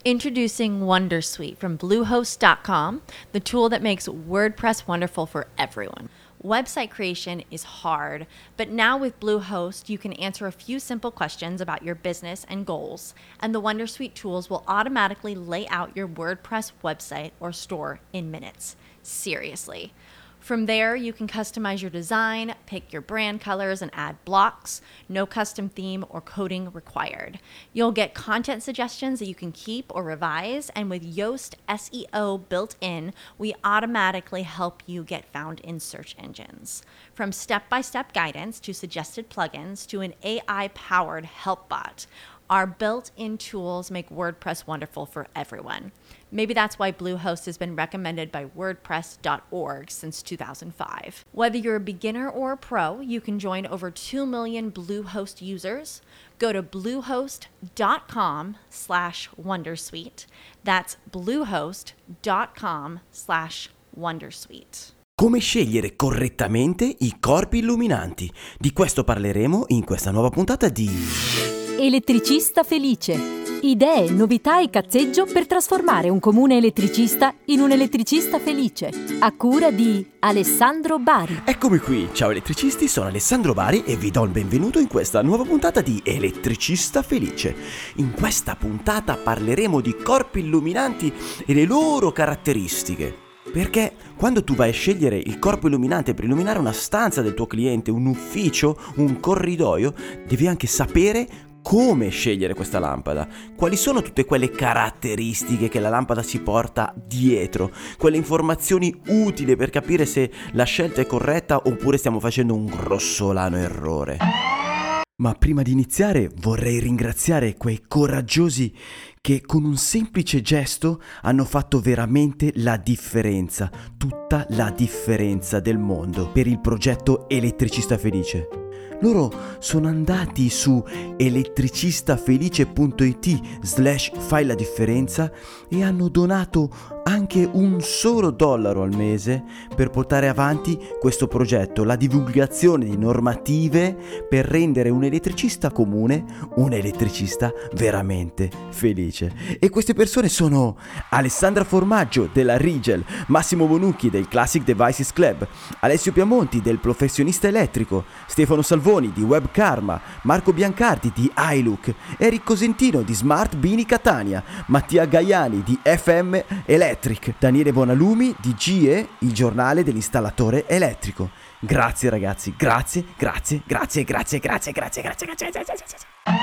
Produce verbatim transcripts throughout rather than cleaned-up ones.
Introducing Wondersuite from Bluehost dot com, the tool that makes WordPress wonderful for everyone. Website creation is hard, but now with Bluehost, you can answer a few simple questions about your business and goals, and the Wondersuite tools will automatically lay out your WordPress website or store in minutes. Seriously. From there, you can customize your design, pick your brand colors, and add blocks. No custom theme or coding required. You'll get content suggestions that you can keep or revise, and with Yoast S E O built in, we automatically help you get found in search engines. From step-by-step guidance to suggested plugins to an A I-powered help bot, our built-in tools make WordPress wonderful for everyone. Maybe that's why Bluehost has been recommended by WordPress dot org since two thousand five. Whether you're a beginner or a pro, you can join over two million Bluehost users. Go to bluehost dot com slash wondersuite. That's bluehost dot com slash wondersuite. Come scegliere correttamente i corpi illuminanti? Di questo parleremo in questa nuova puntata di Elettricista felice. Idee, novità e cazzeggio per trasformare un comune elettricista in un elettricista felice. A cura di Alessandro Bari. Eccomi qui, ciao elettricisti, sono Alessandro Bari e vi do il benvenuto in questa nuova puntata di Elettricista felice. In questa puntata parleremo di corpi illuminanti e le loro caratteristiche. Perché quando tu vai a scegliere il corpo illuminante per illuminare una stanza del tuo cliente, un ufficio, un corridoio, devi anche sapere come scegliere questa lampada, quali sono tutte quelle caratteristiche che la lampada si porta dietro, quelle informazioni utili per capire se la scelta è corretta oppure stiamo facendo un grossolano errore. Ma prima di iniziare vorrei ringraziare quei coraggiosi che con un semplice gesto hanno fatto veramente la differenza, tutta la differenza del mondo per il progetto Elettricista Felice. Loro sono andati su elettricistafelice.it slash fai la differenza e hanno donato anche un solo dollaro al mese per portare avanti questo progetto, la divulgazione di normative per rendere un elettricista comune un elettricista veramente felice. E queste persone sono Alessandra Formaggio della Rigel, Massimo Bonucchi del Classic Devices Club, Alessio Piamonti del Professionista Elettrico, Stefano Salvoni di Web Karma, Marco Biancardi di iLook, Eric Cosentino di Smart Bini Catania, Mattia Gaiani di F M Electric, Daniele Bonalumi di G E, il giornale dell'installatore elettrico. Grazie ragazzi, grazie, grazie, grazie, grazie, grazie, grazie, grazie, grazie, grazie, grazie.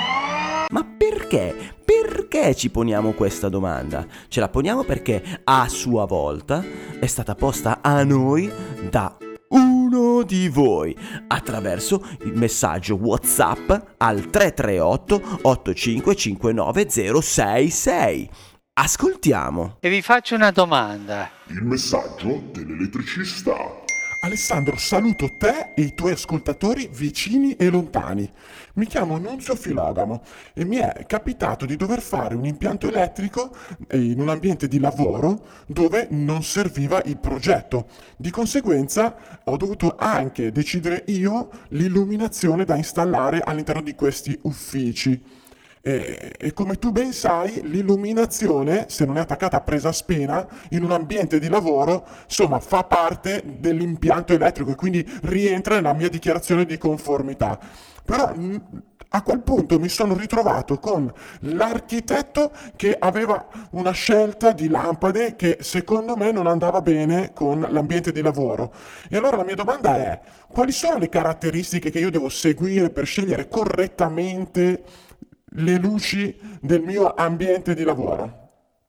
Ma perché? Perché ci poniamo questa domanda? Ce la poniamo perché a sua volta è stata posta a noi da uno di voi attraverso il messaggio WhatsApp al tre tre otto otto cinque cinque nove zero sei sei. Ascoltiamo. E vi faccio una domanda. Il messaggio dell'elettricista. Alessandro, saluto te e i tuoi ascoltatori vicini e lontani. Mi chiamo Nunzio Filogamo e mi è capitato di dover fare un impianto elettrico in un ambiente di lavoro dove non serviva il progetto. Di conseguenza ho dovuto anche decidere io l'illuminazione da installare all'interno di questi uffici. E, e come tu ben sai, l'illuminazione, se non è attaccata a presa spena, in un ambiente di lavoro, insomma, fa parte dell'impianto elettrico e quindi rientra nella mia dichiarazione di conformità. Però a quel punto mi sono ritrovato con l'architetto che aveva una scelta di lampade che secondo me non andava bene con l'ambiente di lavoro. E allora la mia domanda è: quali sono le caratteristiche che io devo seguire per scegliere correttamente le luci del mio ambiente di lavoro?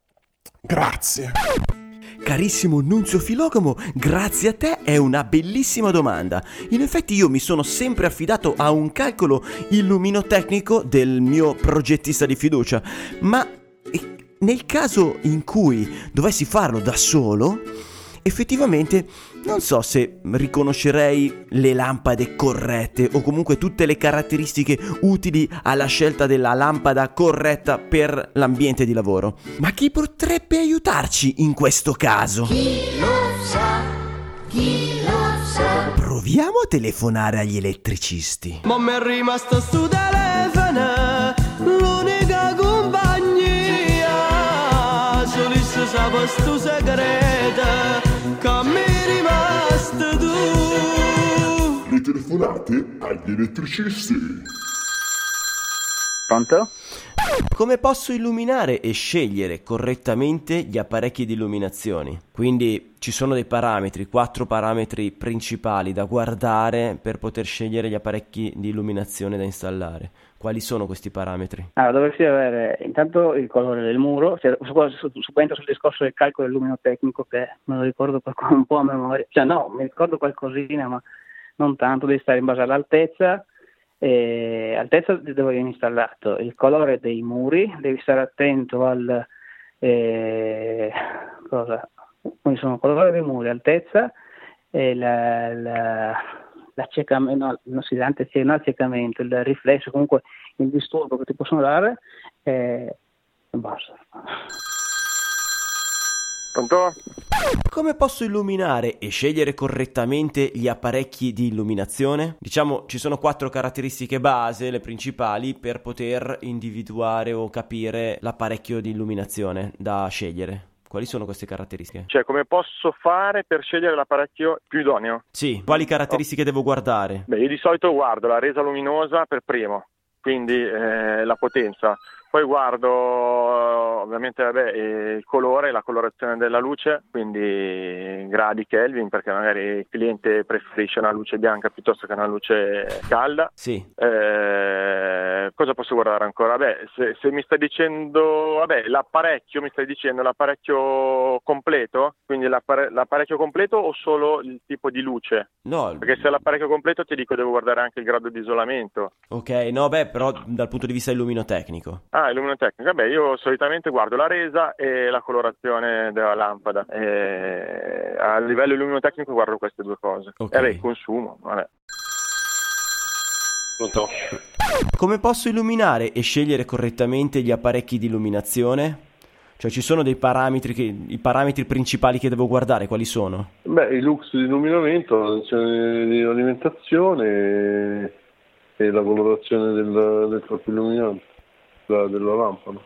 Grazie. Carissimo Nunzio Filogamo, grazie a te, è una bellissima domanda. In effetti io mi sono sempre affidato a un calcolo illuminotecnico del mio progettista di fiducia, ma nel caso in cui dovessi farlo da solo, effettivamente non so se riconoscerei le lampade corrette o comunque tutte le caratteristiche utili alla scelta della lampada corretta per l'ambiente di lavoro. Ma chi potrebbe aiutarci in questo caso? Chi lo sa, chi lo sa. Proviamo a telefonare agli elettricisti. Ma mi è rimasto sto telefono, l'unica compagnia. sto segreto che mi è rimasto tu. Le telefonate agli elettricisti. Pronto? Come posso illuminare e scegliere correttamente gli apparecchi di illuminazione? Quindi ci sono dei parametri, quattro parametri principali da guardare per poter scegliere gli apparecchi di illuminazione da installare. Quali sono questi parametri? Allora, dovresti avere intanto il colore del muro, cioè, su, su, su, sul discorso del calcolo del luminotecnico, che me lo ricordo un po' a memoria, cioè no, mi ricordo qualcosina, ma non tanto, devi stare in base all'altezza. Eh, altezza dove viene installato, il colore dei muri, devi stare attento al eh, cosa? Quindi sono colore dei muri, altezza e la, la, l'accecamento, no, non si anzi, non l'accecamento, il riflesso, comunque il disturbo che ti possono dare e basta. Pronto? Come posso illuminare e scegliere correttamente gli apparecchi di illuminazione? Diciamo, ci sono quattro caratteristiche base, le principali, per poter individuare o capire l'apparecchio di illuminazione da scegliere. Quali sono queste caratteristiche? Cioè, come posso fare per scegliere l'apparecchio più idoneo? Sì, quali caratteristiche oh. devo guardare? Beh, io di solito guardo la resa luminosa per primo, quindi eh, la potenza. Poi guardo ovviamente vabbè, il colore, la colorazione della luce, quindi gradi Kelvin, perché magari il cliente preferisce una luce bianca piuttosto che una luce calda. Sì. Eh, cosa posso guardare ancora? Beh, se, se mi stai dicendo, vabbè, l'apparecchio, mi stai dicendo l'apparecchio completo, quindi l'appare- l'apparecchio completo o solo il tipo di luce? No. Perché se è l'apparecchio completo ti dico devo guardare anche il grado di isolamento. Ok, no, beh, però dal punto di vista illuminotecnico. Ah, illuminotecnica. Beh, io solitamente guardo la resa e la colorazione della lampada. E a livello illuminotecnico guardo queste due cose. Okay. E beh, il consumo, vabbè. Pronto? Come posso illuminare e scegliere correttamente gli apparecchi di illuminazione? Cioè ci sono dei parametri, che, i parametri principali che devo guardare, quali sono? Beh, i lux di illuminamento, la tensione di alimentazione e la colorazione del, del corpo illuminante, la, della lampada.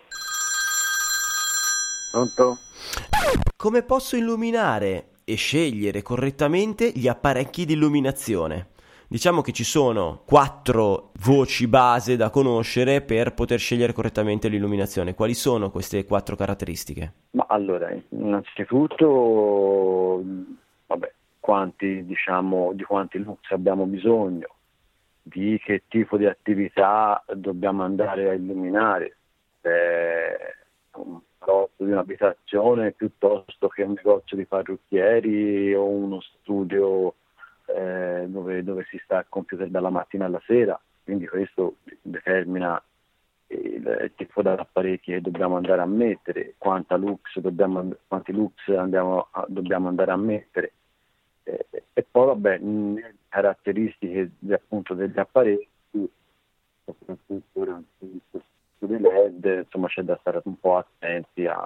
Pronto? Come posso illuminare e scegliere correttamente gli apparecchi di illuminazione? Diciamo che ci sono quattro voci base da conoscere per poter scegliere correttamente l'illuminazione. Quali sono queste quattro caratteristiche? Ma allora, innanzitutto, vabbè, quanti, diciamo, di quanti lux abbiamo bisogno, di che tipo di attività dobbiamo andare a illuminare, se un salotto di un'abitazione piuttosto che un negozio di parrucchieri o uno studio Eh, dove, dove si sta al computer dalla mattina alla sera, quindi questo determina il, il tipo di apparecchi che dobbiamo andare a mettere, quanta lux dobbiamo, quanti lux andiamo a, dobbiamo andare a mettere eh, e poi vabbè mh, caratteristiche di, appunto degli apparecchi, soprattutto dei L E D, insomma c'è da stare un po' attenti a,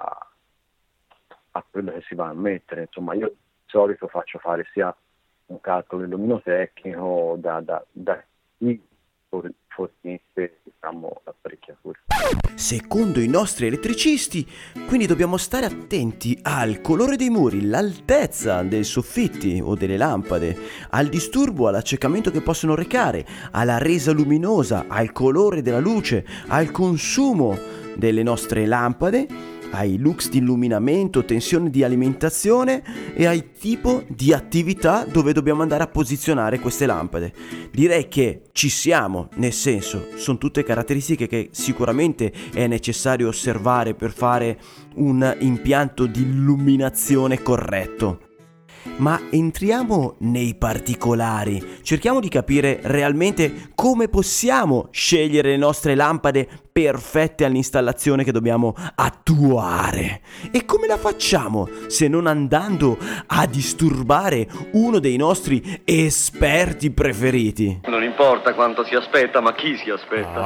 a quello che si va a mettere. Insomma, io di solito faccio fare sia un calcolo illuminotecnico da, da, da chi fornisce, diciamo, l'apparecchiatura. Secondo i nostri elettricisti, quindi dobbiamo stare attenti al colore dei muri, l'altezza dei soffitti o delle lampade, al disturbo, all'accecamento che possono recare, alla resa luminosa, al colore della luce, al consumo delle nostre lampade, ai lux di illuminamento, tensione di alimentazione e ai tipo di attività dove dobbiamo andare a posizionare queste lampade. Direi che ci siamo, nel senso, sono tutte caratteristiche che sicuramente è necessario osservare per fare un impianto di illuminazione corretto. Ma entriamo nei particolari, cerchiamo di capire realmente come possiamo scegliere le nostre lampade perfette all'installazione che dobbiamo attuare. E come la facciamo se non andando a disturbare uno dei nostri esperti preferiti? Non importa quanto si aspetta, ma chi si aspetta.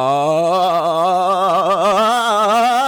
Ah,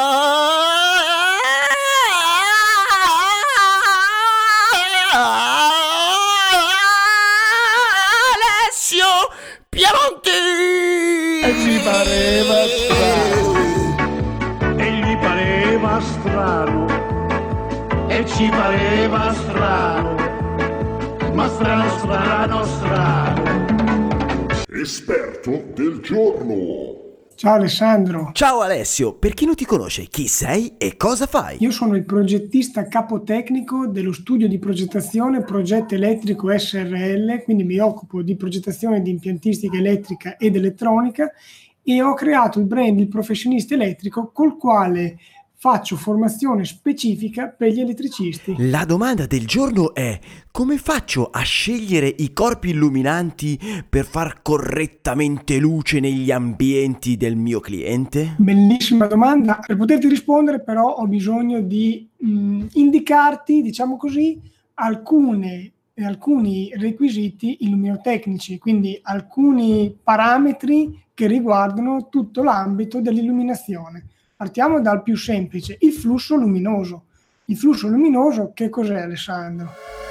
E gli pareva strano, e gli pareva strano e ci pareva strano, ma strano, strano, strano. Esperto del giorno. Ciao Alessandro. Ciao Alessio, per chi non ti conosce, chi sei e cosa fai? Io sono il progettista capotecnico dello studio di progettazione Progetto Elettrico S R L, quindi mi occupo di progettazione di impiantistica elettrica ed elettronica e ho creato il brand Il Professionista Elettrico col quale faccio formazione specifica per gli elettricisti. La domanda del giorno è: come faccio a scegliere i corpi illuminanti per far correttamente luce negli ambienti del mio cliente? Bellissima domanda. Per poterti rispondere però ho bisogno di mh, indicarti, diciamo così, alcune, alcuni requisiti illuminotecnici, quindi alcuni parametri che riguardano tutto l'ambito dell'illuminazione. Partiamo dal più semplice, il flusso luminoso. Il flusso luminoso che cos'è, Alessandro?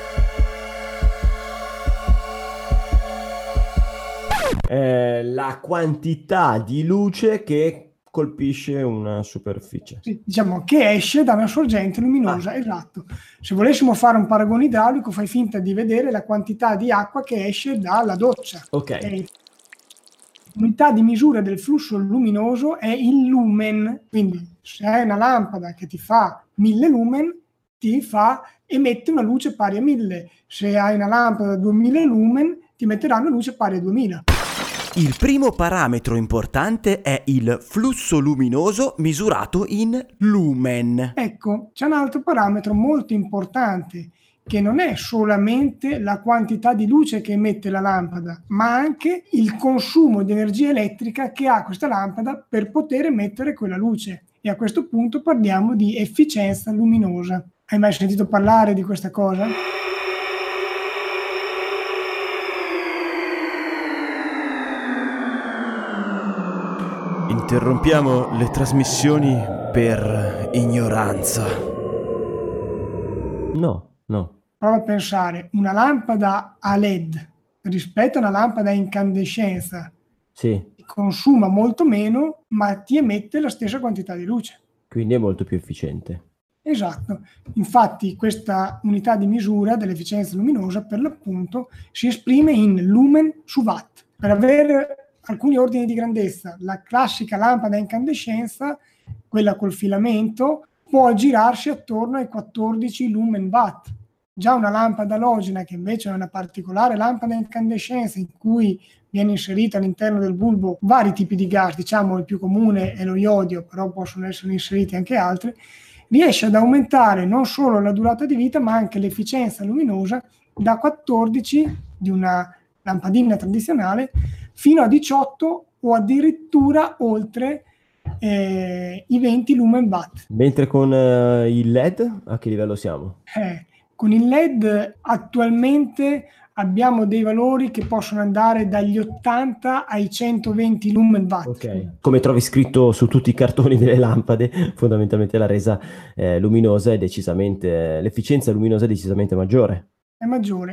Eh, la quantità di luce che colpisce una superficie. Sì, diciamo che esce da una sorgente luminosa, ah. Esatto. Se volessimo fare un paragone idraulico, fai finta di vedere la quantità di acqua che esce dalla doccia. Ok. Okay? L'unità di misura del flusso luminoso è il lumen, quindi se hai una lampada che ti fa mille lumen, ti fa emette una luce pari a mille. Se hai una lampada da duemila lumen, ti emetterà una luce pari a duemila. Il primo parametro importante è il flusso luminoso misurato in lumen. Ecco, c'è un altro parametro molto importante, che non è solamente la quantità di luce che emette la lampada, ma anche il consumo di energia elettrica che ha questa lampada per poter emettere quella luce. E a questo punto parliamo di efficienza luminosa. Hai mai sentito parlare di questa cosa? Interrompiamo le trasmissioni per ignoranza. No, no. Prova a pensare, una lampada a L E D rispetto a una lampada a incandescenza sì. consuma molto meno, ma ti emette la stessa quantità di luce. Quindi è molto più efficiente. Esatto. Infatti questa unità di misura dell'efficienza luminosa per l'appunto si esprime in lumen su watt. Per avere alcuni ordini di grandezza, la classica lampada a incandescenza, quella col filamento, può girarsi attorno ai quattordici lumen watt. Già una lampada alogena, che invece è una particolare lampada a incandescenza in cui viene inserita all'interno del bulbo vari tipi di gas, diciamo il più comune è lo iodio, però possono essere inseriti anche altri, riesce ad aumentare non solo la durata di vita ma anche l'efficienza luminosa da quattordici di una lampadina tradizionale fino a diciotto o addirittura oltre eh, i venti lumen watt. Mentre con eh, il L E D a che livello siamo? Eh, con il L E D attualmente abbiamo dei valori che possono andare dagli ottanta ai centoventi lumen watt. Okay. Come trovi scritto su tutti i cartoni delle lampade, fondamentalmente la resa eh, luminosa è decisamente, l'efficienza luminosa è decisamente maggiore. È maggiore.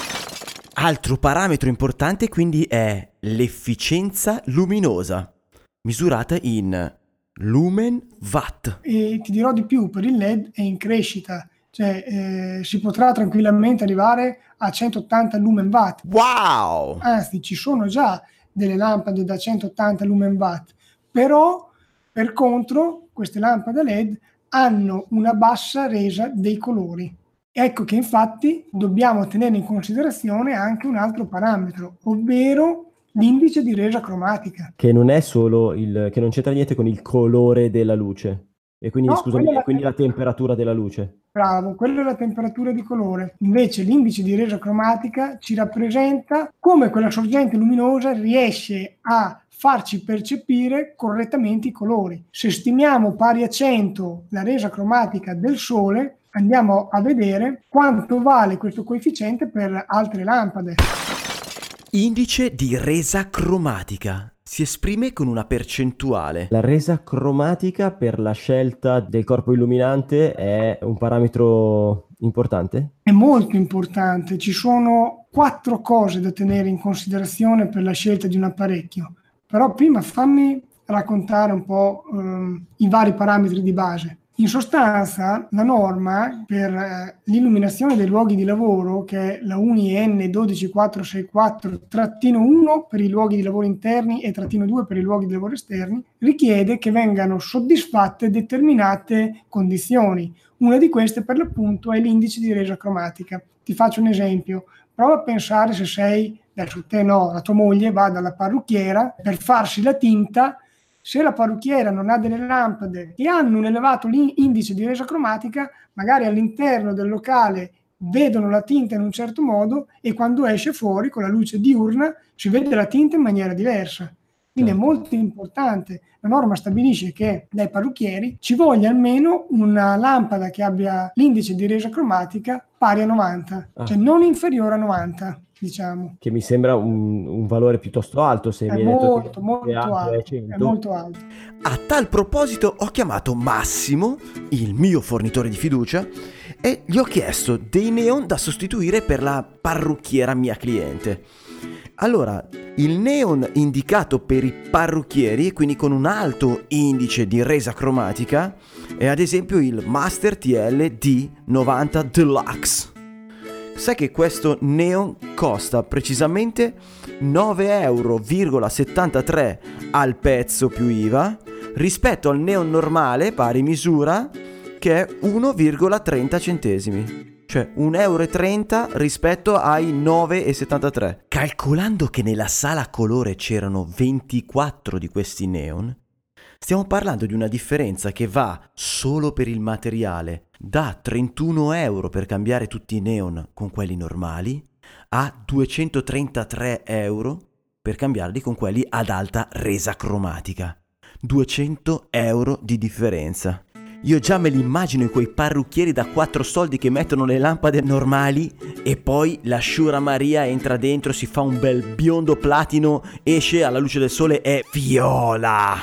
Altro parametro importante quindi è l'efficienza luminosa, misurata in lumen watt. E ti dirò di più, per il L E D è in crescita. Cioè eh, si potrà tranquillamente arrivare a centottanta lumen watt. Wow! Anzi, ci sono già delle lampade da centottanta lumen watt, però per contro queste lampade L E D hanno una bassa resa dei colori. Ecco che infatti dobbiamo tenere in considerazione anche un altro parametro, ovvero l'indice di resa cromatica. Che non è solo il, che non c'entra niente con il colore della luce. E quindi, no, scusami, la quindi te- la temperatura della luce. Bravo, quella è la temperatura di colore. Invece l'indice di resa cromatica ci rappresenta come quella sorgente luminosa riesce a farci percepire correttamente i colori. Se stimiamo pari a cento la resa cromatica del Sole, andiamo a vedere quanto vale questo coefficiente per altre lampade. Indice di resa cromatica. Si esprime con una percentuale. La resa cromatica per la scelta del corpo illuminante è un parametro importante? È molto importante. Ci sono quattro cose da tenere in considerazione per la scelta di un apparecchio. Però prima fammi raccontare un po' ehm, i vari parametri di base. In sostanza, la norma per eh, l'illuminazione dei luoghi di lavoro, che è la U N I N uno due quattro sei quattro uno per i luoghi di lavoro interni e trattino due per i luoghi di lavoro esterni, richiede che vengano soddisfatte determinate condizioni. Una di queste, per l'appunto, è l'indice di resa cromatica. Ti faccio un esempio. Prova a pensare se sei, adesso te no, la tua moglie va dalla parrucchiera per farsi la tinta. Se la parrucchiera non ha delle lampade che hanno un elevato indice di resa cromatica, magari all'interno del locale vedono la tinta in un certo modo e quando esce fuori con la luce diurna si vede la tinta in maniera diversa. Quindi è molto importante. La norma stabilisce che dai parrucchieri ci voglia almeno una lampada che abbia l'indice di resa cromatica pari a novanta, ah. cioè non inferiore a novanta. Diciamo. Che mi sembra un, un valore piuttosto alto, se è mi hai molto, detto che molto, è alto, alto, è molto alto. A tal proposito ho chiamato Massimo, il mio fornitore di fiducia, e gli ho chiesto dei neon da sostituire per la parrucchiera mia cliente. Allora, il neon indicato per i parrucchieri, e quindi con un alto indice di resa cromatica, è ad esempio il Master T L D novanta Deluxe. Sai che questo neon costa precisamente nove virgola settantatré euro al pezzo più I V A rispetto al neon normale pari misura che è uno virgola trenta centesimi, cioè un euro e trenta rispetto ai nove virgola settantatré. Calcolando che nella sala a colore c'erano ventiquattro di questi neon, stiamo parlando di una differenza che va solo per il materiale da trentuno euro per cambiare tutti i neon con quelli normali a duecentotrentatré euro per cambiarli con quelli ad alta resa cromatica. duecento euro di differenza. Io già me li immagino in quei parrucchieri da quattro soldi che mettono le lampade normali e poi la Sciura Maria entra dentro, si fa un bel biondo platino, esce alla luce del sole e viola.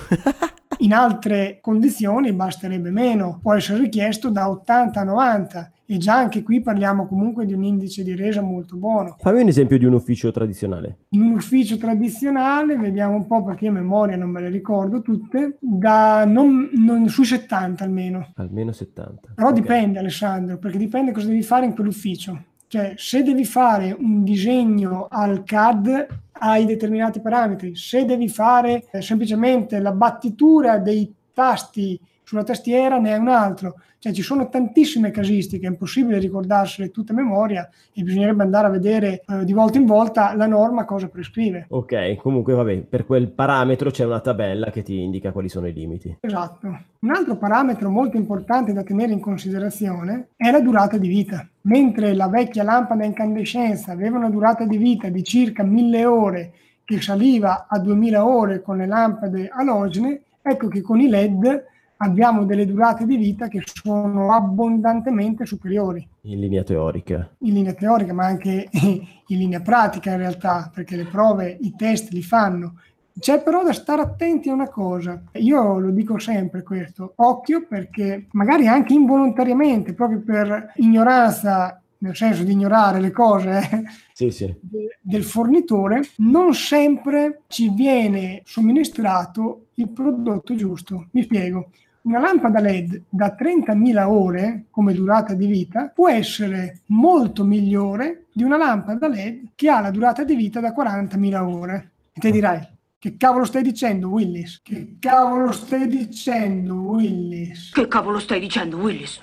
In altre condizioni basterebbe meno, può essere richiesto da ottanta a novanta e già anche qui parliamo comunque di un indice di resa molto buono. Fammi un esempio di un ufficio tradizionale. In un ufficio tradizionale, vediamo un po' perché io a memoria non me le ricordo tutte, da non, non sui settanta almeno. Almeno settanta. Però okay. Dipende, Alessandro, perché dipende cosa devi fare in quell'ufficio. Cioè, se devi fare un disegno al C A D hai determinati parametri, se devi fare eh, semplicemente la battitura dei tasti sulla tastiera ne hai un altro. Cioè ci sono tantissime casistiche, è impossibile ricordarsele tutte a memoria e bisognerebbe andare a vedere eh, di volta in volta la norma cosa prescrive. Ok, comunque vabbè, per quel parametro c'è una tabella che ti indica quali sono i limiti. Esatto. Un altro parametro molto importante da tenere in considerazione è la durata di vita. Mentre la vecchia lampada a incandescenza aveva una durata di vita di circa mille ore che saliva a duemila ore con le lampade alogene, ecco che con i L E D abbiamo delle durate di vita che sono abbondantemente superiori. In linea teorica. In linea teorica, ma anche in linea pratica in realtà, perché le prove, i test li fanno. C'è però da stare attenti a una cosa, io lo dico sempre questo, occhio perché magari anche involontariamente, proprio per ignoranza, nel senso di ignorare le cose eh, sì, sì. de- del fornitore, non sempre ci viene somministrato il prodotto giusto. Mi spiego. Una lampada L E D da trentamila ore come durata di vita può essere molto migliore di una lampada L E D che ha la durata di vita da quarantamila ore. E te dirai, che cavolo stai dicendo, Willis? Che cavolo stai dicendo, Willis? Che cavolo stai dicendo, Willis?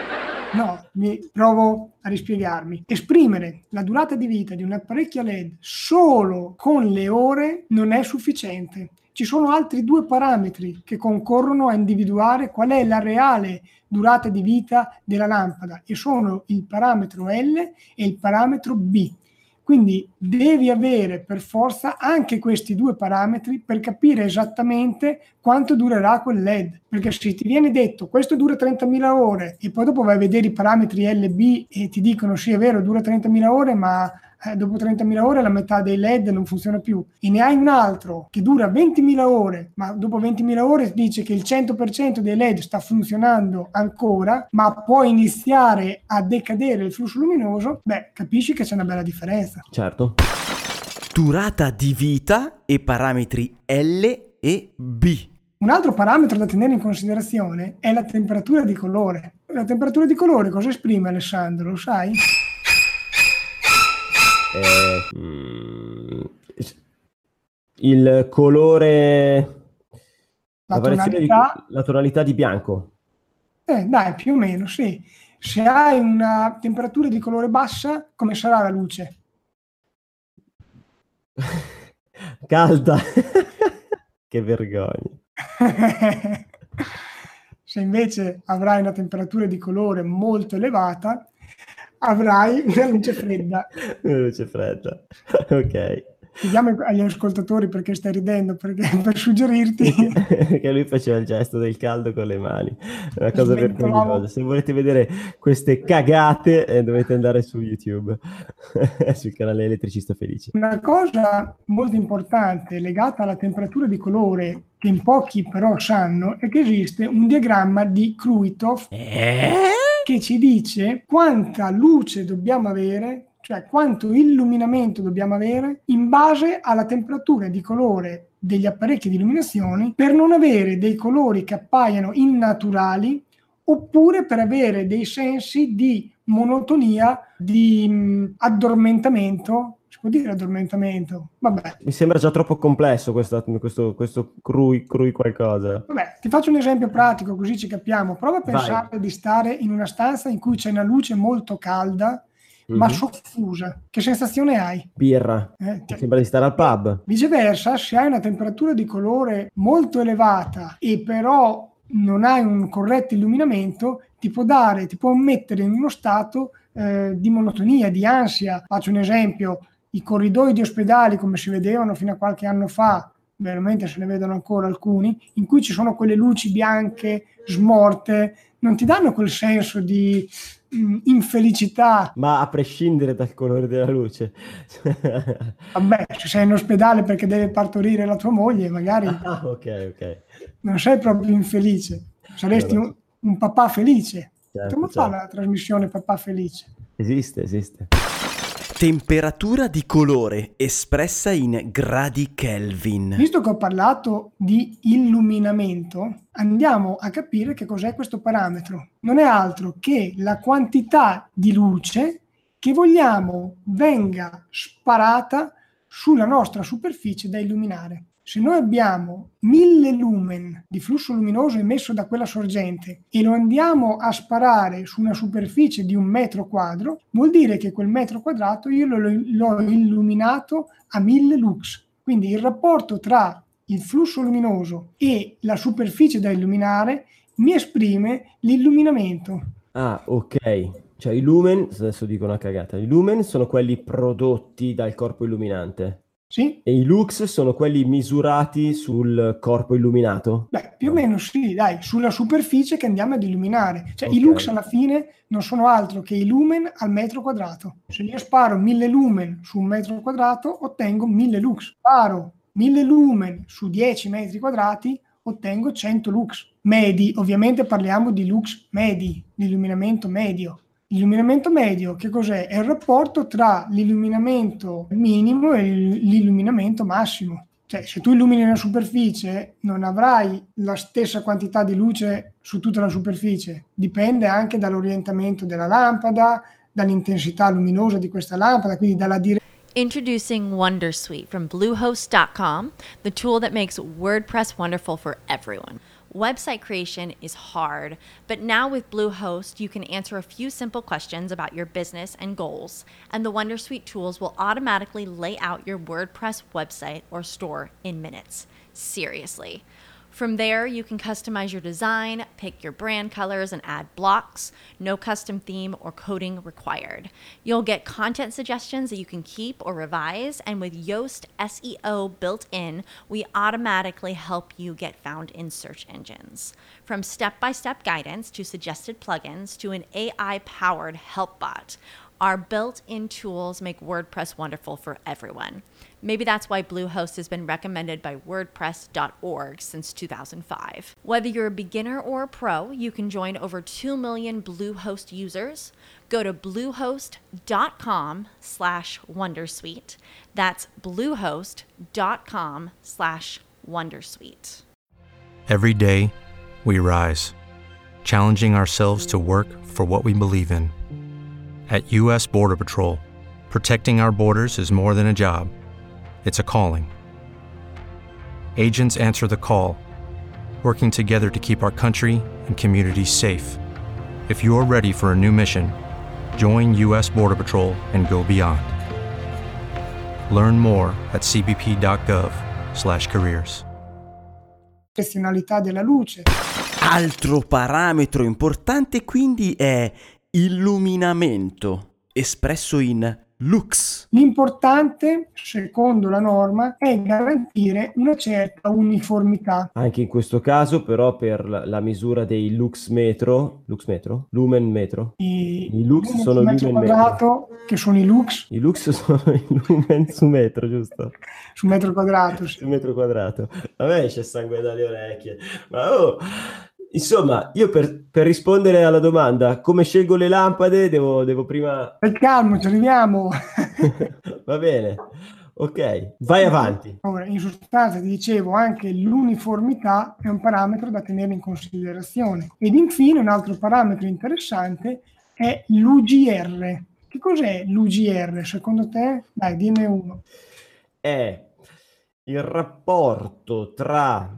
No, mi provo a rispiegarmi. Esprimere la durata di vita di un apparecchio L E D solo con le ore non è sufficiente. Ci sono altri due parametri che concorrono a individuare qual è la reale durata di vita della lampada e sono il parametro L e il parametro B. Quindi devi avere per forza anche questi due parametri per capire esattamente quanto durerà quel L E D. Perché se ti viene detto questo dura trentamila ore e poi dopo vai a vedere i parametri L e B e ti dicono sì è vero dura trentamila ore ma eh, dopo trentamila ore la metà dei L E D non funziona più e ne hai un altro che dura ventimila ore ma dopo ventimila ore dice che il cento per cento dei L E D sta funzionando ancora ma può iniziare a decadere il flusso luminoso, beh capisci che c'è una bella differenza. Certo. Durata di vita e parametri L e B. Un altro parametro da tenere in considerazione è la temperatura di colore. La temperatura di colore cosa esprime, Alessandro? Lo sai? Eh, mm, il colore... La, la, variazione tonalità... di, la tonalità di bianco. Eh, dai, più o meno, sì. Se hai una temperatura di colore bassa, come sarà la luce? Calda. Che vergogna. Se invece avrai una temperatura di colore molto elevata, avrai una luce fredda. Una luce fredda, ok. Chiediamo agli ascoltatori perché stai ridendo, perché per suggerirti... Perché lui faceva il gesto del caldo con le mani, è una cosa vergognosa. Se volete vedere queste cagate eh, dovete andare su YouTube, sul canale Elettricista Felice. Una cosa molto importante legata alla temperatura di colore, che in pochi però sanno, è che esiste un diagramma di Kruithof eh? che ci dice quanta luce dobbiamo avere, cioè quanto illuminamento dobbiamo avere in base alla temperatura di colore degli apparecchi di illuminazione per non avere dei colori che appaiano innaturali oppure per avere dei sensi di monotonia, di mh, addormentamento. Si può dire addormentamento? Vabbè. Mi sembra già troppo complesso questo, questo, questo crui, crui qualcosa. Vabbè, ti faccio un esempio pratico così ci capiamo. Prova a pensare Vai. di stare in una stanza in cui c'è una luce molto calda ma mm-hmm. soffusa. Che sensazione hai? Birra. Eh, ti sembra di stare al pub. Viceversa, se hai una temperatura di colore molto elevata e però non hai un corretto illuminamento, ti può dare, ti può mettere in uno stato eh, di monotonia, di ansia. Faccio un esempio, i corridoi di ospedali come si vedevano fino a qualche anno fa, veramente se ne vedono ancora alcuni, in cui ci sono quelle luci bianche, smorte, non ti danno quel senso di mh, infelicità. Ma a prescindere dal colore della luce. Vabbè, se sei in ospedale perché deve partorire la tua moglie, magari ah, ok, ok. non sei proprio infelice, saresti un, un papà felice. Certo, Come certo. fa la trasmissione Papà Felice? Esiste, esiste. Temperatura di colore espressa in gradi Kelvin. Visto che ho parlato di illuminamento, andiamo a capire che cos'è questo parametro. Non è altro che la quantità di luce che vogliamo venga sparata sulla nostra superficie da illuminare. Se noi abbiamo mille lumen di flusso luminoso emesso da quella sorgente e lo andiamo a sparare su una superficie di un metro quadro, vuol dire che quel metro quadrato io l'ho, l'ho illuminato a mille lux. Quindi il rapporto tra il flusso luminoso e la superficie da illuminare mi esprime l'illuminamento. Ah, ok. Cioè i lumen, adesso dico una cagata, i lumen sono quelli prodotti dal corpo illuminante. Sì. E i lux sono quelli misurati sul corpo illuminato? Beh, più o meno sì, dai, sulla superficie che andiamo ad illuminare. Cioè okay. I lux alla fine non sono altro che i lumen al metro quadrato. Se io sparo mille lumen su un metro quadrato, ottengo mille lux. Sparo mille lumen su dieci metri quadrati, ottengo cento lux. Medi, ovviamente parliamo di lux medi, di illuminamento medio. L'illuminamento medio, che cos'è? È il rapporto tra l'illuminamento minimo e l'illuminamento massimo. Cioè, se tu illumini una superficie, non avrai la stessa quantità di luce su tutta la superficie. Dipende anche dall'orientamento della lampada, dall'intensità luminosa di questa lampada, quindi dalla direzione. Introducing Wondersuite from Bluehost dot com, the tool that makes WordPress wonderful for everyone. Website creation is hard, but now with Bluehost, you can answer a few simple questions about your business and goals, and the Wondersuite tools will automatically lay out your WordPress website or store in minutes. Seriously. From there, you can customize your design, pick your brand colors, and add blocks. No custom theme or coding required. You'll get content suggestions that you can keep or revise, and with Yoast S E O built in, we automatically help you get found in search engines. From step-by-step guidance to suggested plugins to an A I-powered help bot, our built-in tools make WordPress wonderful for everyone. Maybe that's why Bluehost has been recommended by WordPress dot org since two thousand five. Whether you're a beginner or a pro, you can join over two million Bluehost users. Go to bluehost dot com slash wondersuite. That's bluehost dot com slash wondersuite. Every day, we rise, challenging ourselves to work for what we believe in. At U S Border Patrol, protecting our borders is more than a job, it's a calling. Agents answer the call, working together to keep our country and communities safe. If you're ready for a new mission, join U S Border Patrol and go beyond. Learn more at c b p dot gov slash careers. Professionalità della luce. Altro parametro importante quindi è illuminamento, espresso in lux. L'importante, secondo la norma, è garantire una certa uniformità. Anche in questo caso, però, per la, la misura dei lux metro, lux metro? Lumen metro? I, I lux lumen sono metro lumen quadrato, metro. Che sono i lux. I lux sono i lumen su metro, giusto? Su metro quadrato, sì. Su metro quadrato. A me c'è sangue dalle orecchie. Ma oh... Insomma, io per, per rispondere alla domanda come scelgo le lampade devo, devo prima... Calmo, ci arriviamo. Va bene, ok, vai avanti. Ora, in sostanza ti dicevo anche l'uniformità è un parametro da tenere in considerazione. Ed infine un altro parametro interessante è l'U G R. Che cos'è l'U G R secondo te? Dai, dimmi uno. È il rapporto tra...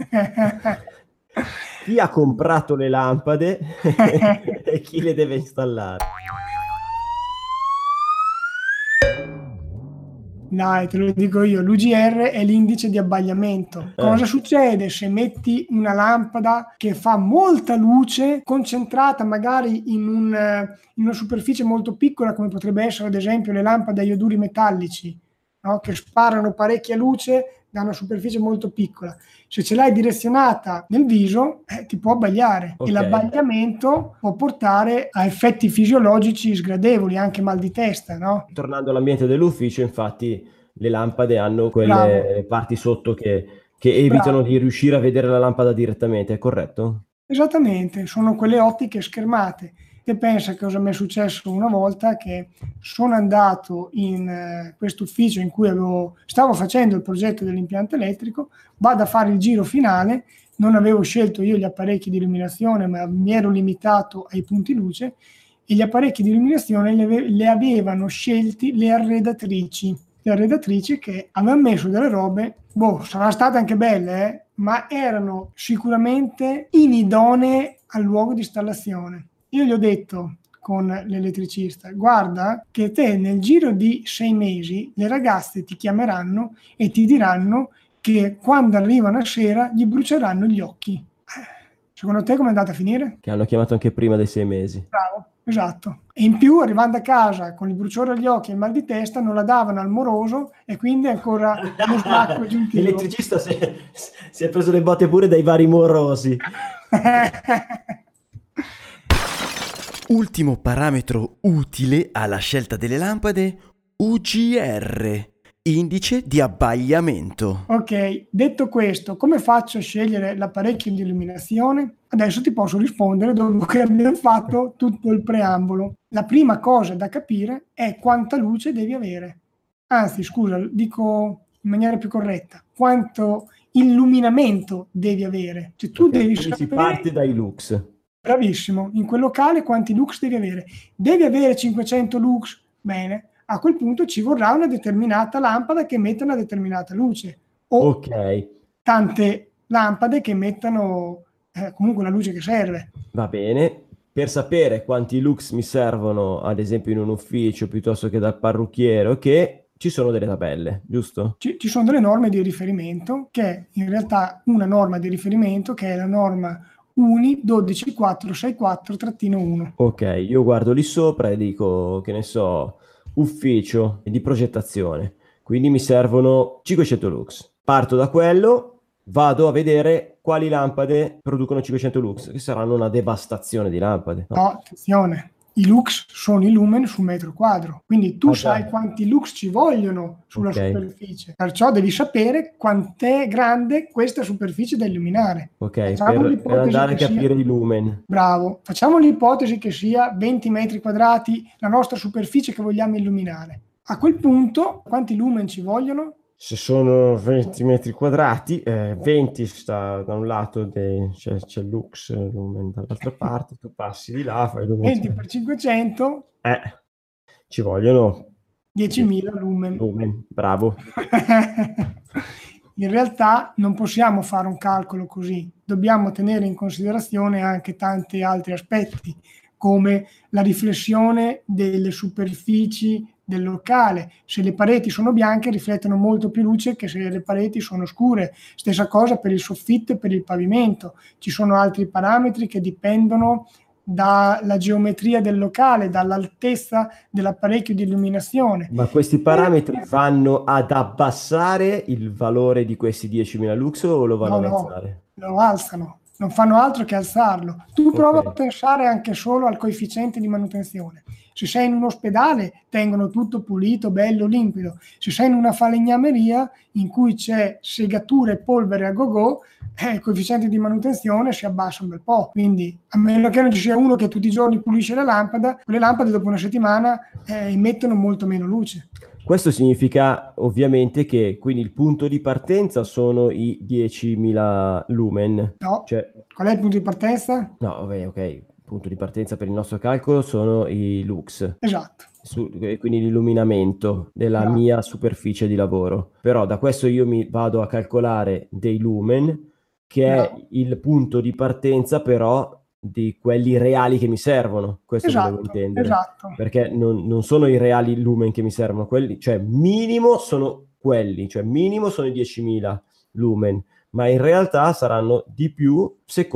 chi ha comprato le lampade e chi le deve installare. Dai, te lo dico io, l'U G R è l'indice di abbagliamento. Cosa eh. succede se metti una lampada che fa molta luce concentrata magari in, un, in una superficie molto piccola, come potrebbe essere ad esempio le lampade a ioduri metallici, no? Che sparano parecchia luce da una superficie molto piccola. Se ce l'hai direzionata nel viso, eh, ti può abbagliare. Okay. E l'abbagliamento può portare a effetti fisiologici sgradevoli, anche mal di testa, no? Tornando all'ambiente dell'ufficio, infatti, le lampade hanno quelle Bravo. parti sotto che, che evitano Bravo. di riuscire a vedere la lampada direttamente, è corretto? Esattamente, sono quelle ottiche schermate. Te pensa che cosa mi è successo una volta, che sono andato in eh, questo ufficio in cui avevo, stavo facendo il progetto dell'impianto elettrico, vado a fare il giro finale, non avevo scelto io gli apparecchi di illuminazione, ma mi ero limitato ai punti luce, e gli apparecchi di illuminazione le, ave- le avevano scelti le arredatrici, le arredatrici che avevano messo delle robe, boh, saranno state anche belle, eh, ma erano sicuramente inidonee al luogo di installazione. Io gli ho detto con l'elettricista, guarda che te nel giro di sei mesi le ragazze ti chiameranno e ti diranno che quando arrivano a sera gli bruceranno gli occhi. Secondo te come è andata a finire? Che hanno chiamato anche prima dei sei mesi. Bravo, esatto. E in più, arrivando a casa con il bruciore agli occhi e il mal di testa, non la davano al moroso e quindi ancora uno smacco aggiuntivo. L'elettricista si è, si è preso le botte pure dai vari morosi. Ultimo parametro utile alla scelta delle lampade, U G R, indice di abbagliamento. Ok, detto questo, come faccio a scegliere l'apparecchio di illuminazione? Adesso ti posso rispondere dopo che abbiamo fatto tutto il preambolo. La prima cosa da capire è quanta luce devi avere. Anzi, scusa, dico in maniera più corretta, quanto illuminamento devi avere. Cioè, tu okay, devi sapere... si sapere... parte dai lux. Bravissimo, in quel locale quanti lux devi avere? Devi avere cinquecento lux? Bene, a quel punto ci vorrà una determinata lampada che emetta una determinata luce. O ok. Tante lampade che emettano eh, comunque la luce che serve. Va bene. Per sapere quanti lux mi servono, ad esempio in un ufficio piuttosto che dal parrucchiere, ok, ci sono delle tabelle, giusto? Ci, ci sono delle norme di riferimento, che è in realtà una norma di riferimento, che è la norma U N I dodici quattro sei quattro uno. Ok, io guardo lì sopra e dico, che ne so, ufficio di progettazione, quindi mi servono cinquecento lux. Parto da quello, vado a vedere quali lampade producono cinquecento lux, che saranno una devastazione di lampade. No, no attenzione, i lux sono i lumen su metro quadro, quindi tu okay. sai quanti lux ci vogliono sulla okay. superficie, perciò devi sapere quant'è grande questa superficie da illuminare. Ok, per, per andare a capire sia... i lumen. Bravo, facciamo l'ipotesi che sia venti metri quadrati la nostra superficie che vogliamo illuminare. A quel punto, quanti lumen ci vogliono? Se sono venti metri quadrati, eh, venti sta da un lato, de, c'è, c'è il Lux Lumen dall'altra parte, tu passi di là, fai Lumen. venti per cinquecento. Eh, ci vogliono diecimila lumen. Lumen, bravo. In realtà non possiamo fare un calcolo così, dobbiamo tenere in considerazione anche tanti altri aspetti, come la riflessione delle superfici del locale. Se le pareti sono bianche riflettono molto più luce che se le pareti sono scure. Stessa cosa per il soffitto e per il pavimento. Ci sono altri parametri che dipendono dalla geometria del locale, dall'altezza dell'apparecchio di illuminazione. Ma questi parametri vanno ad abbassare il valore di questi diecimila lux o lo vanno No, ad no, alzare? lo alzano, non fanno altro che alzarlo. Tu prova a pensare anche solo al coefficiente di manutenzione. Se sei in un ospedale tengono tutto pulito, bello, limpido. Se sei in una falegnameria in cui c'è segatura e polvere a go-go, eh, il coefficiente di manutenzione si abbassa un bel po'. Quindi, a meno che non ci sia uno che tutti i giorni pulisce la lampada, quelle lampade dopo una settimana eh, emettono molto meno luce. Questo significa ovviamente che quindi il punto di partenza sono i diecimila lumen. No, cioè, qual è il punto di partenza? No, vabbè, ok, il punto di partenza per il nostro calcolo sono i lux. Esatto. Su, quindi l'illuminamento della Esatto. mia superficie di lavoro. Però da questo io mi vado a calcolare dei lumen, che Esatto. è il punto di partenza però di quelli reali che mi servono. Questo Esatto, devo intendere. esatto. Perché non, non sono i reali lumen che mi servono, quelli, cioè minimo sono quelli, cioè minimo sono i diecimila lumen, ma in realtà saranno di più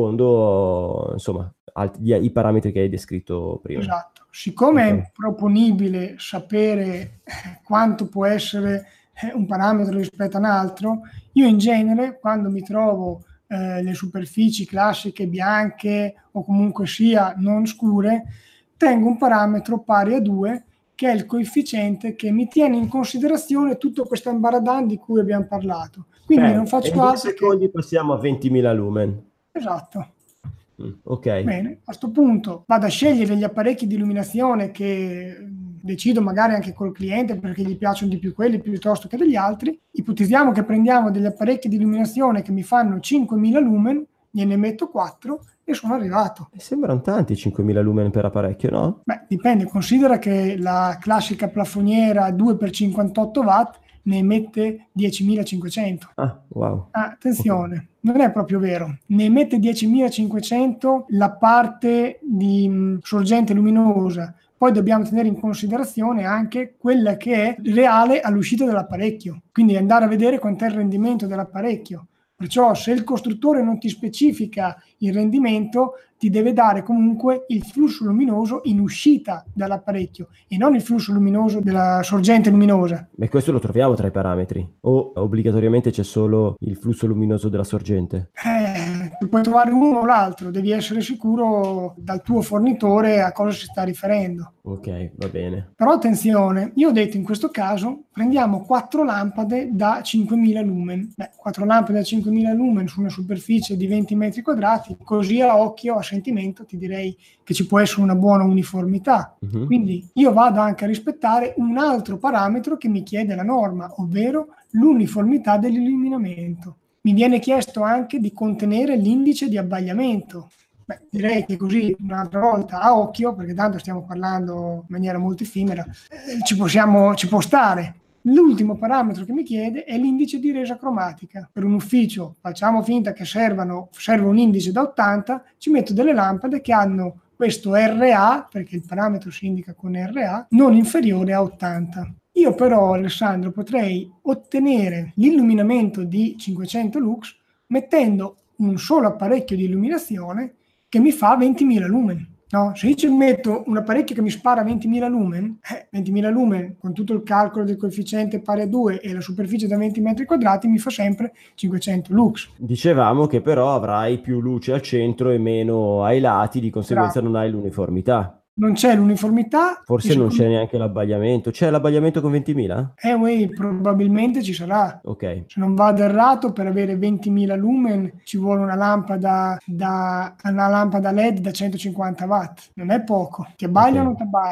secondo insomma alt- gli, i parametri che hai descritto prima. Esatto. Siccome Ok. è proponibile sapere quanto può essere un parametro rispetto a un altro, io in genere quando mi trovo eh, le superfici classiche bianche o comunque sia non scure, tengo un parametro pari a due che è il coefficiente che mi tiene in considerazione tutto questo ambaradan di cui abbiamo parlato. Quindi Beh, non faccio in due altro che... secondi passiamo a ventimila lumen. Esatto. Mm, ok. Bene, a questo punto vado a scegliere gli apparecchi di illuminazione che decido magari anche col cliente perché gli piacciono di più quelli piuttosto che degli altri. Ipotizziamo che prendiamo degli apparecchi di illuminazione che mi fanno cinquemila lumen, gliene metto quattro e sono arrivato. Sembrano tanti cinquemila lumen per apparecchio, no? Beh, dipende, considera che la classica plafoniera due per cinquantotto watt ne emette diecimilacinquecento. Ah, wow. Ah, attenzione, non è proprio vero. Ne emette diecimilacinquecento la parte di mh, sorgente luminosa. Poi dobbiamo tenere in considerazione anche quella che è reale all'uscita dell'apparecchio. Quindi andare a vedere quant'è il rendimento dell'apparecchio. Perciò se il costruttore non ti specifica il rendimento, ti deve dare comunque il flusso luminoso in uscita dall'apparecchio e non il flusso luminoso della sorgente luminosa. E questo lo troviamo tra i parametri? O obbligatoriamente c'è solo il flusso luminoso della sorgente? Eh, puoi trovare uno o l'altro, devi essere sicuro dal tuo fornitore a cosa si sta riferendo. Ok, va bene. Però attenzione, io ho detto in questo caso prendiamo quattro lampade da cinquemila lumen. Beh, quattro lampade da cinquemila lumen su una superficie di venti metri quadrati, così a occhio, a sentimento ti direi che ci può essere una buona uniformità. Mhm. Quindi io vado anche a rispettare un altro parametro che mi chiede la norma, ovvero l'uniformità dell'illuminamento. Mi viene chiesto anche di contenere l'indice di abbagliamento. Beh, direi che così un'altra volta a occhio, perché tanto stiamo parlando in maniera molto effimera, eh, ci possiamo, ci può stare. L'ultimo parametro che mi chiede è l'indice di resa cromatica. Per un ufficio, facciamo finta che servano, serve un indice da ottanta, ci metto delle lampade che hanno questo R A, perché il parametro si indica con R A, non inferiore a ottanta. Io però, Alessandro, potrei ottenere l'illuminamento di cinquecento lux mettendo un solo apparecchio di illuminazione che mi fa ventimila lumen. No, se io ci metto un apparecchio che mi spara ventimila lumen, eh, ventimila lumen con tutto il calcolo del coefficiente pari a due e la superficie da venti metri quadrati mi fa sempre cinquecento lux. Dicevamo che però avrai più luce al centro e meno ai lati, di conseguenza Bravo. non hai l'uniformità. Non c'è l'uniformità. Forse e non siccome- c'è neanche l'abbagliamento. C'è l'abbagliamento con ventimila? Eh, wey, probabilmente ci sarà. Ok. Se non vado errato, per avere ventimila lumen ci vuole una lampada da una lampada L E D da centocinquanta watt. Non è poco. Ti abbaglia o Ok. non ti abbaglia?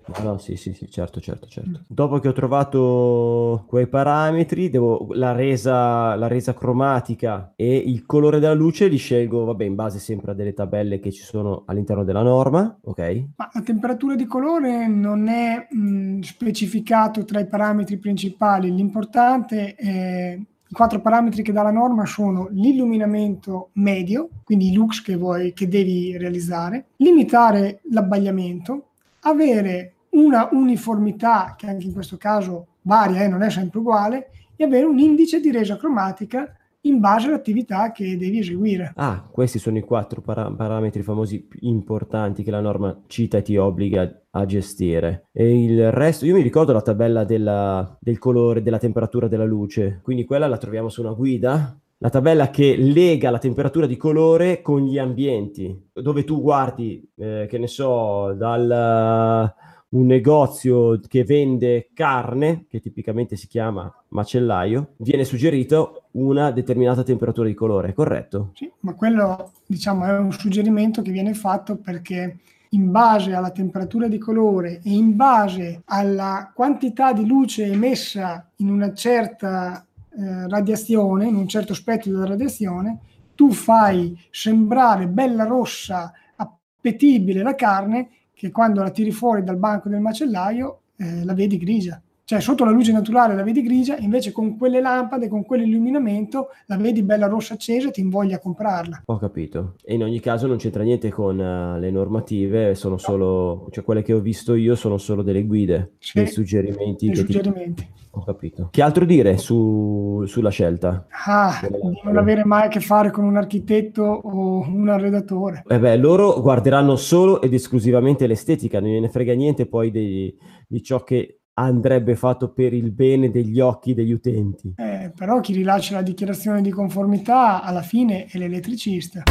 No, sì, sì, sì, certo, certo, certo. Dopo che ho trovato quei parametri, devo la resa, la resa cromatica e il colore della luce li scelgo, vabbè, in base sempre a delle tabelle che ci sono all'interno della norma, ok? Ma la temperatura di colore non è mh, specificato tra i parametri principali, l'importante è... I quattro parametri che dà la norma sono l'illuminamento medio, quindi i lux che vuoi, che devi realizzare, limitare l'abbagliamento, avere una uniformità, che anche in questo caso varia e eh, non è sempre uguale, e avere un indice di resa cromatica in base all'attività che devi eseguire. Ah, questi sono i quattro para- parametri famosi più importanti che la norma cita e ti obbliga a gestire. E il resto, io mi ricordo la tabella della, del colore, della temperatura della luce, quindi quella la troviamo su una guida. La tabella che lega la temperatura di colore con gli ambienti, dove tu guardi, eh, che ne so, dal... un negozio che vende carne, che tipicamente si chiama macellaio, viene suggerito una determinata temperatura di colore, corretto? Sì, ma quello, diciamo, è un suggerimento che viene fatto perché in base alla temperatura di colore e in base alla quantità di luce emessa in una certa eh, radiazione, in un certo spettro della radiazione, tu fai sembrare bella rossa, appetibile la carne, che quando la tiri fuori dal banco del macellaio eh, la vedi grigia. Cioè sotto la luce naturale la vedi grigia, invece con quelle lampade, con quell'illuminamento la vedi bella rossa accesa e ti invoglia a comprarla. Ho capito. E in ogni caso non c'entra niente con uh, le normative, sono solo, cioè quelle che ho visto io sono solo delle guide, sì, dei suggerimenti. Dei che suggerimenti. Ti... Ho capito. Che altro dire su, sulla scelta? Ah, di non avere mai a che fare con un architetto o un arredatore. Eh beh, loro guarderanno solo ed esclusivamente l'estetica, non gliene frega niente poi di, di ciò che andrebbe fatto per il bene degli occhi degli utenti. Eh, però chi rilascia la dichiarazione di conformità alla fine è l'elettricista.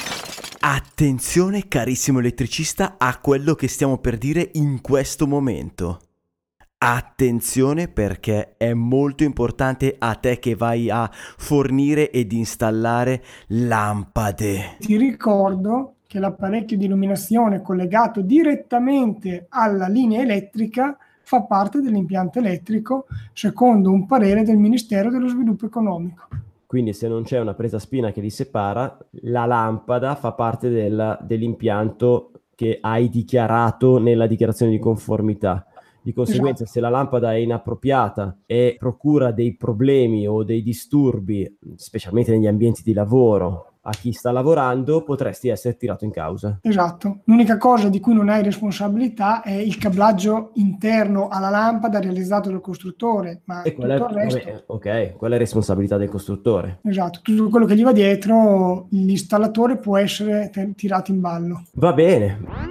Attenzione carissimo elettricista a quello che stiamo per dire in questo momento. Attenzione perché è molto importante a te che vai a fornire ed installare lampade. Ti ricordo che l'apparecchio di illuminazione collegato direttamente alla linea elettrica fa parte dell'impianto elettrico secondo un parere del Ministero dello Sviluppo Economico. Quindi se non c'è una presa spina che li separa, la lampada fa parte della, dell'impianto che hai dichiarato nella dichiarazione di conformità. Di conseguenza, esatto, se la lampada è inappropriata e procura dei problemi o dei disturbi, specialmente negli ambienti di lavoro, a chi sta lavorando, potresti essere tirato in causa. Esatto. L'unica cosa di cui non hai responsabilità è il cablaggio interno alla lampada realizzato dal costruttore, ma e tutto il resto... Vabbè, ok, quella è responsabilità del costruttore. Esatto. Tutto quello che gli va dietro, l'installatore può essere t- tirato in ballo. Va bene.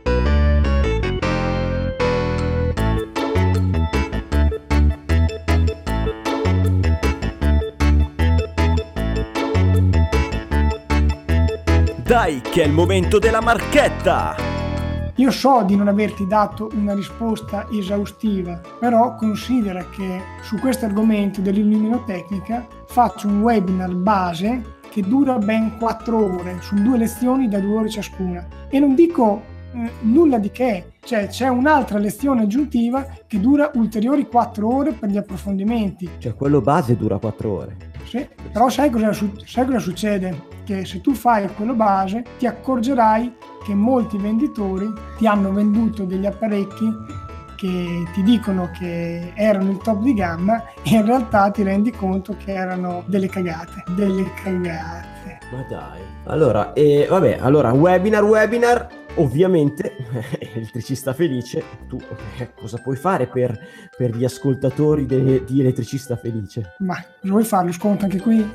Dai, che è il momento della marchetta! Io so di non averti dato una risposta esaustiva, però considera che su questo argomento dell'illuminotecnica faccio un webinar base che dura ben quattro ore, su due lezioni da due ore ciascuna. E non dico eh, nulla di che, cioè c'è un'altra lezione aggiuntiva che dura ulteriori quattro ore per gli approfondimenti. Cioè quello base dura quattro ore. Sì, però sai cosa, sai cosa succede? Che se tu fai quello base ti accorgerai che molti venditori ti hanno venduto degli apparecchi che ti dicono che erano il top di gamma e in realtà ti rendi conto che erano delle cagate, delle cagate. Ma dai. Allora, eh, vabbè, allora webinar, webinar, ovviamente, Elettricista Felice, tu eh, cosa puoi fare per, per gli ascoltatori de, di Elettricista Felice? Ma cosa vuoi fare? Lo sconto anche qui?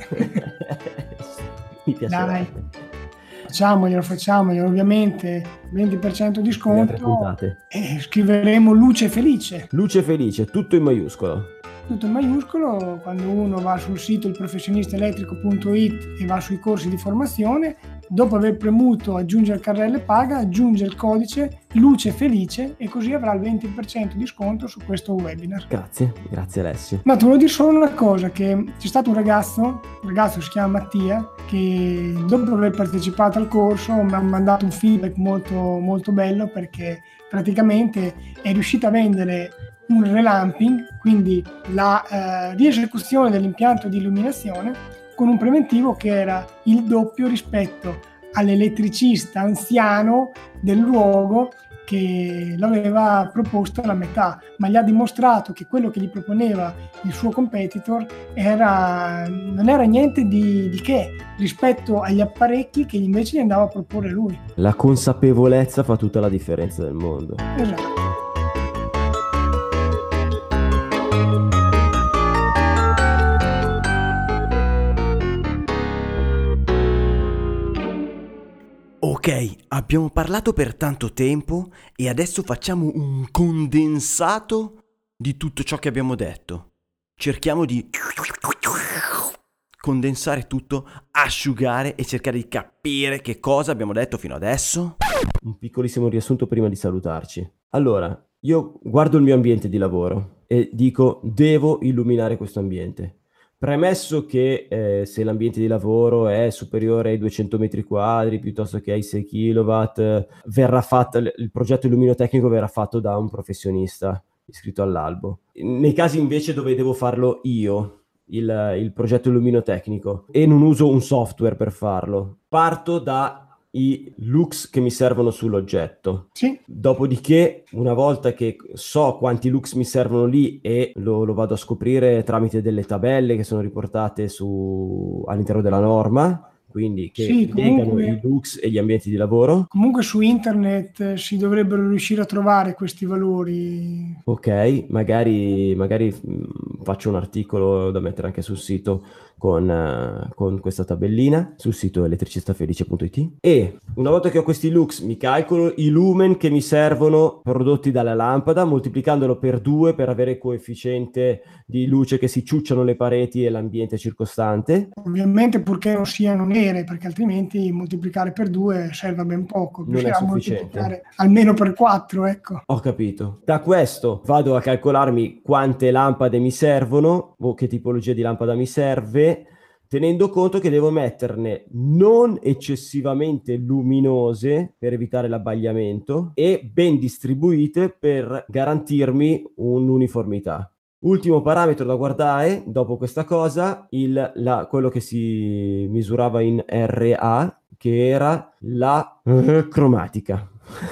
Mi piace. Dai, facciamoglielo, facciamoglielo, ovviamente, venti per cento di sconto e scriveremo Luce Felice. Luce Felice, tutto in maiuscolo. tutto in maiuscolo. Quando uno va sul sito il professionista elettrico punto it e va sui corsi di formazione, dopo aver premuto aggiungere carrello paga, aggiunge il codice Luce Felice e così avrà il venti per cento di sconto su questo webinar. Grazie, grazie Alessio. Ma ti volevo dire solo una cosa, che c'è stato un ragazzo, un ragazzo si chiama Mattia, che dopo aver partecipato al corso mi ha mandato un feedback molto, molto bello, perché praticamente è riuscito a vendere un relamping, quindi la eh, riesecuzione dell'impianto di illuminazione con un preventivo che era il doppio rispetto all'elettricista anziano del luogo che l'aveva proposto alla metà, ma gli ha dimostrato che quello che gli proponeva il suo competitor era, non era niente di, di che rispetto agli apparecchi che invece gli andava a proporre lui. La consapevolezza fa tutta la differenza del mondo. Esatto. Ok, abbiamo parlato per tanto tempo e adesso facciamo un condensato di tutto ciò che abbiamo detto. Cerchiamo di condensare tutto, asciugare e cercare di capire che cosa abbiamo detto fino adesso. Un piccolissimo riassunto prima di salutarci. Allora, io guardo il mio ambiente di lavoro e dico: devo illuminare questo ambiente. Premesso che eh, se l'ambiente di lavoro è superiore ai duecento metri quadri piuttosto che ai sei chilowatt, verrà fatto, il progetto illuminotecnico verrà fatto da un professionista iscritto all'albo. Nei casi invece dove devo farlo io, il, il progetto illuminotecnico, e non uso un software per farlo, parto da i lux che mi servono sull'oggetto. Sì. Dopodiché, una volta che so quanti lux mi servono lì e lo, lo vado a scoprire tramite delle tabelle che sono riportate su all'interno della norma, quindi che sì, legano comunque, i lux e gli ambienti di lavoro. Comunque su internet si dovrebbero riuscire a trovare questi valori. Ok, magari, magari mh, faccio un articolo da mettere anche sul sito con, uh, con questa tabellina sul sito elettricistafelice punto it, e una volta che ho questi lux mi calcolo i lumen che mi servono prodotti dalla lampada, moltiplicandolo per due per avere il coefficiente di luce che si ciucciano le pareti e l'ambiente circostante. Ovviamente purché non siano nere, perché altrimenti moltiplicare per due serve ben poco, non è sufficiente, moltiplicare almeno per quattro, ecco. Ho capito. Da questo vado a calcolarmi quante lampade mi servono o che tipologia di lampada mi serve, tenendo conto che devo metterne non eccessivamente luminose per evitare l'abbagliamento e ben distribuite per garantirmi un'uniformità. Ultimo parametro da guardare dopo questa cosa, il, la, quello che si misurava in R A, che era la uh, cromatica.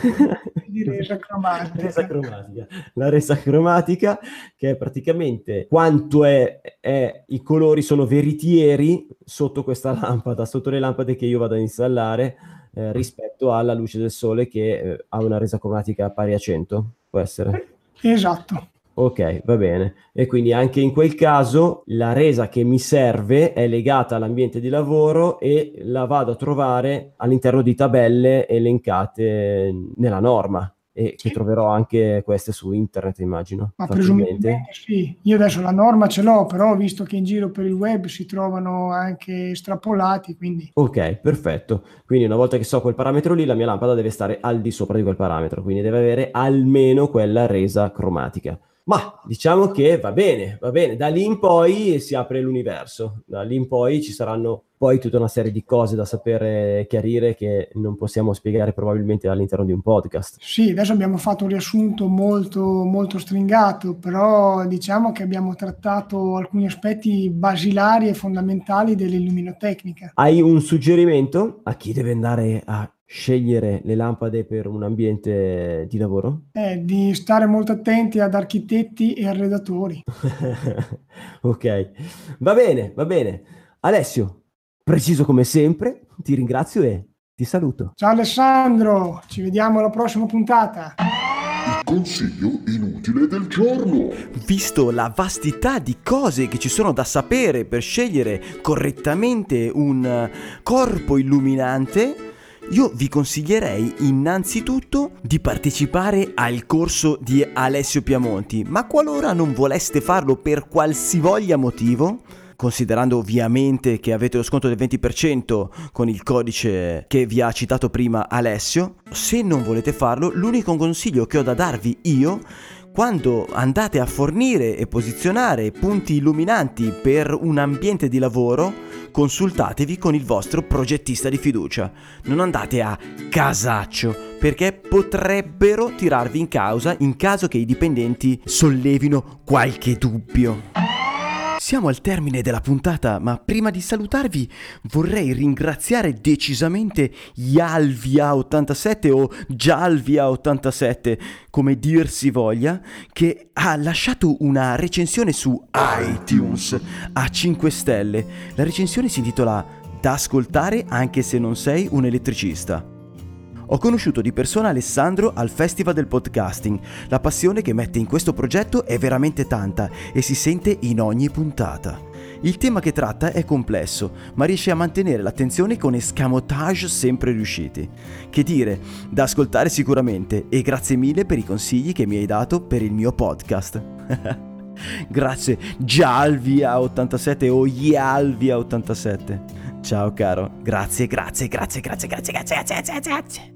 Di resa cromatica. resa cromatica. La resa cromatica, che è praticamente quanto è, è i colori sono veritieri sotto questa lampada, sotto le lampade che io vado a installare, eh, rispetto alla luce del sole che eh, ha una resa cromatica pari a cento, può essere? Esatto. Ok, va bene. E quindi anche in quel caso la resa che mi serve è legata all'ambiente di lavoro e la vado a trovare all'interno di tabelle elencate nella norma, e che troverò anche queste su internet, immagino. Ma presumibilmente sì. Io adesso la norma ce l'ho, però ho visto che in giro per il web si trovano anche estrapolati, quindi... Ok, perfetto. Quindi una volta che so quel parametro lì, la mia lampada deve stare al di sopra di quel parametro, quindi deve avere almeno quella resa cromatica. Ma diciamo che va bene, va bene, da lì in poi si apre l'universo, da lì in poi ci saranno poi tutta una serie di cose da sapere chiarire che non possiamo spiegare probabilmente all'interno di un podcast. Sì, adesso abbiamo fatto un riassunto molto, molto stringato, però diciamo che abbiamo trattato alcuni aspetti basilari e fondamentali dell'illuminotecnica. Hai un suggerimento a chi deve andare a scegliere le lampade per un ambiente di lavoro? Eh, di stare molto attenti ad architetti e arredatori. Ok, va bene, va bene. Alessio, preciso come sempre, ti ringrazio e ti saluto. Ciao Alessandro, ci vediamo alla prossima puntata. Il consiglio inutile del giorno. Visto la vastità di cose che ci sono da sapere per scegliere correttamente un corpo illuminante, io vi consiglierei innanzitutto di partecipare al corso di Alessio Piamonti, ma qualora non voleste farlo per qualsivoglia motivo, considerando ovviamente che avete lo sconto del venti per cento con il codice che vi ha citato prima Alessio, se non volete farlo, l'unico consiglio che ho da darvi io, quando andate a fornire e posizionare punti illuminanti per un ambiente di lavoro, consultatevi con il vostro progettista di fiducia. Non andate a casaccio, perché potrebbero tirarvi in causa in caso che i dipendenti sollevino qualche dubbio. Siamo al termine della puntata, ma prima di salutarvi vorrei ringraziare decisamente Yalvia ottantasette o Gialvia ottantasette, come dir si voglia, che ha lasciato una recensione su iTunes a cinque stelle. La recensione si intitola "Da ascoltare anche se non sei un elettricista". Ho conosciuto di persona Alessandro al Festival del Podcasting. La passione che mette in questo progetto è veramente tanta e si sente in ogni puntata. Il tema che tratta è complesso, ma riesce a mantenere l'attenzione con escamotage sempre riusciti. Che dire, da ascoltare sicuramente, e grazie mille per i consigli che mi hai dato per il mio podcast. Grazie Gialvia ottantasette o Yalvia ottantasette. Ciao caro, grazie, grazie, grazie, grazie, grazie, grazie, grazie, grazie, grazie.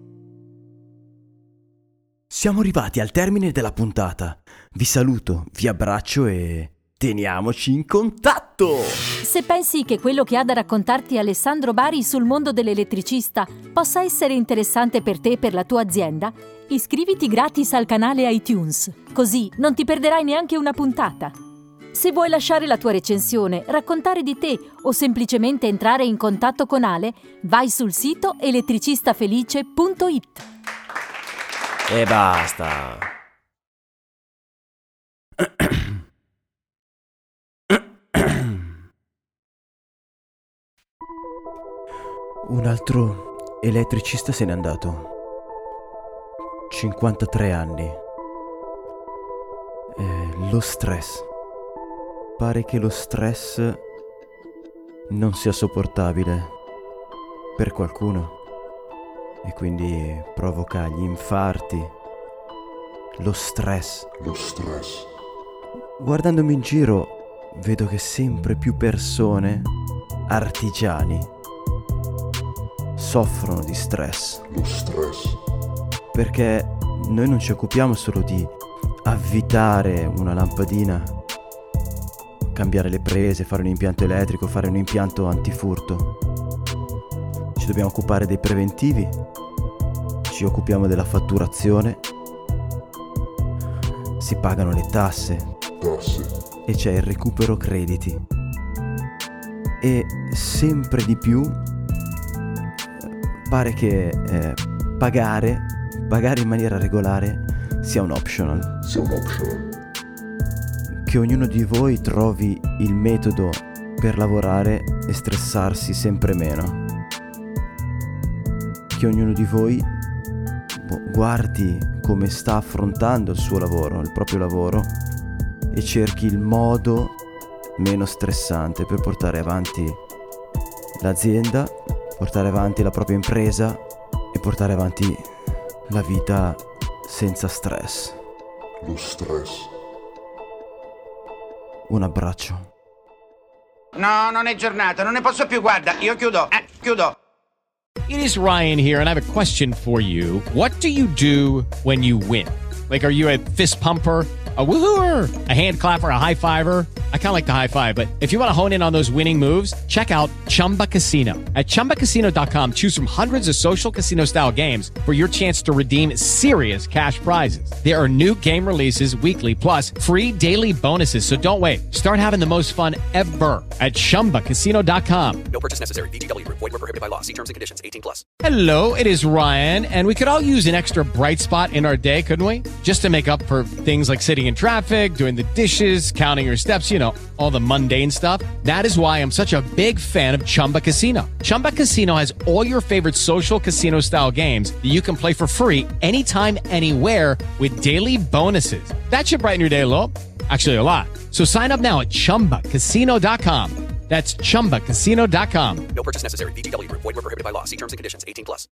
Siamo arrivati al termine della puntata. Vi saluto, vi abbraccio e teniamoci in contatto! Se pensi che quello che ha da raccontarti Alessandro Bari sul mondo dell'elettricista possa essere interessante per te e per la tua azienda, iscriviti gratis al canale iTunes, così non ti perderai neanche una puntata. Se vuoi lasciare la tua recensione, raccontare di te o semplicemente entrare in contatto con Ale, vai sul sito elettricistafelice punto it. E basta. Un altro elettricista se n'è andato. cinquantatré anni. Eh, lo stress. Pare che lo stress non sia sopportabile per qualcuno e quindi provoca gli infarti. Lo stress. Lo stress. Guardandomi in giro vedo che sempre più persone, artigiani, soffrono di stress. Lo stress. Perché noi non ci occupiamo solo di avvitare una lampadina, cambiare le prese, fare un impianto elettrico, fare un impianto antifurto. Ci dobbiamo occupare dei preventivi, ci occupiamo della fatturazione, si pagano le tasse, tasse. E c'è il recupero crediti. E sempre di più pare che eh, pagare, pagare in maniera regolare sia un optional. Sia un optional. Che ognuno di voi trovi il metodo per lavorare e stressarsi sempre meno. Che ognuno di voi guardi come sta affrontando il suo lavoro, il proprio lavoro, e cerchi il modo meno stressante per portare avanti l'azienda, portare avanti la propria impresa e portare avanti la vita senza stress. Lo stress. Un abbraccio. No, non è giornata, non ne posso più, guarda, io chiudo, eh, chiudo. It is Ryan here, and I have a question for you. What do you do when you win? Like, are you a fist pumper, a woohooer, a hand clapper, a high fiver? I kind of like the high five, but if you want to hone in on those winning moves, check out Chumba Casino. At chumba casino dot com, choose from hundreds of social casino style games for your chance to redeem serious cash prizes. There are new game releases weekly, plus free daily bonuses. So don't wait. Start having the most fun ever at chumba casino dot com. No purchase necessary. V G W. Void where prohibited by law. See terms and conditions. eighteen plus. Hello, it is Ryan, and we could all use an extra bright spot in our day, couldn't we? Just to make up for things like sitting in traffic, doing the dishes, counting your steps, you know, all the mundane stuff. That is why I'm such a big fan of Chumba Casino. Chumba Casino has all your favorite social casino style games that you can play for free anytime, anywhere with daily bonuses. That should brighten your day a little. Actually, a lot. So sign up now at chumba casino dot com. That's chumba casino dot com. No purchase necessary. V G W. Void where prohibited by law. See terms and conditions. eighteen plus.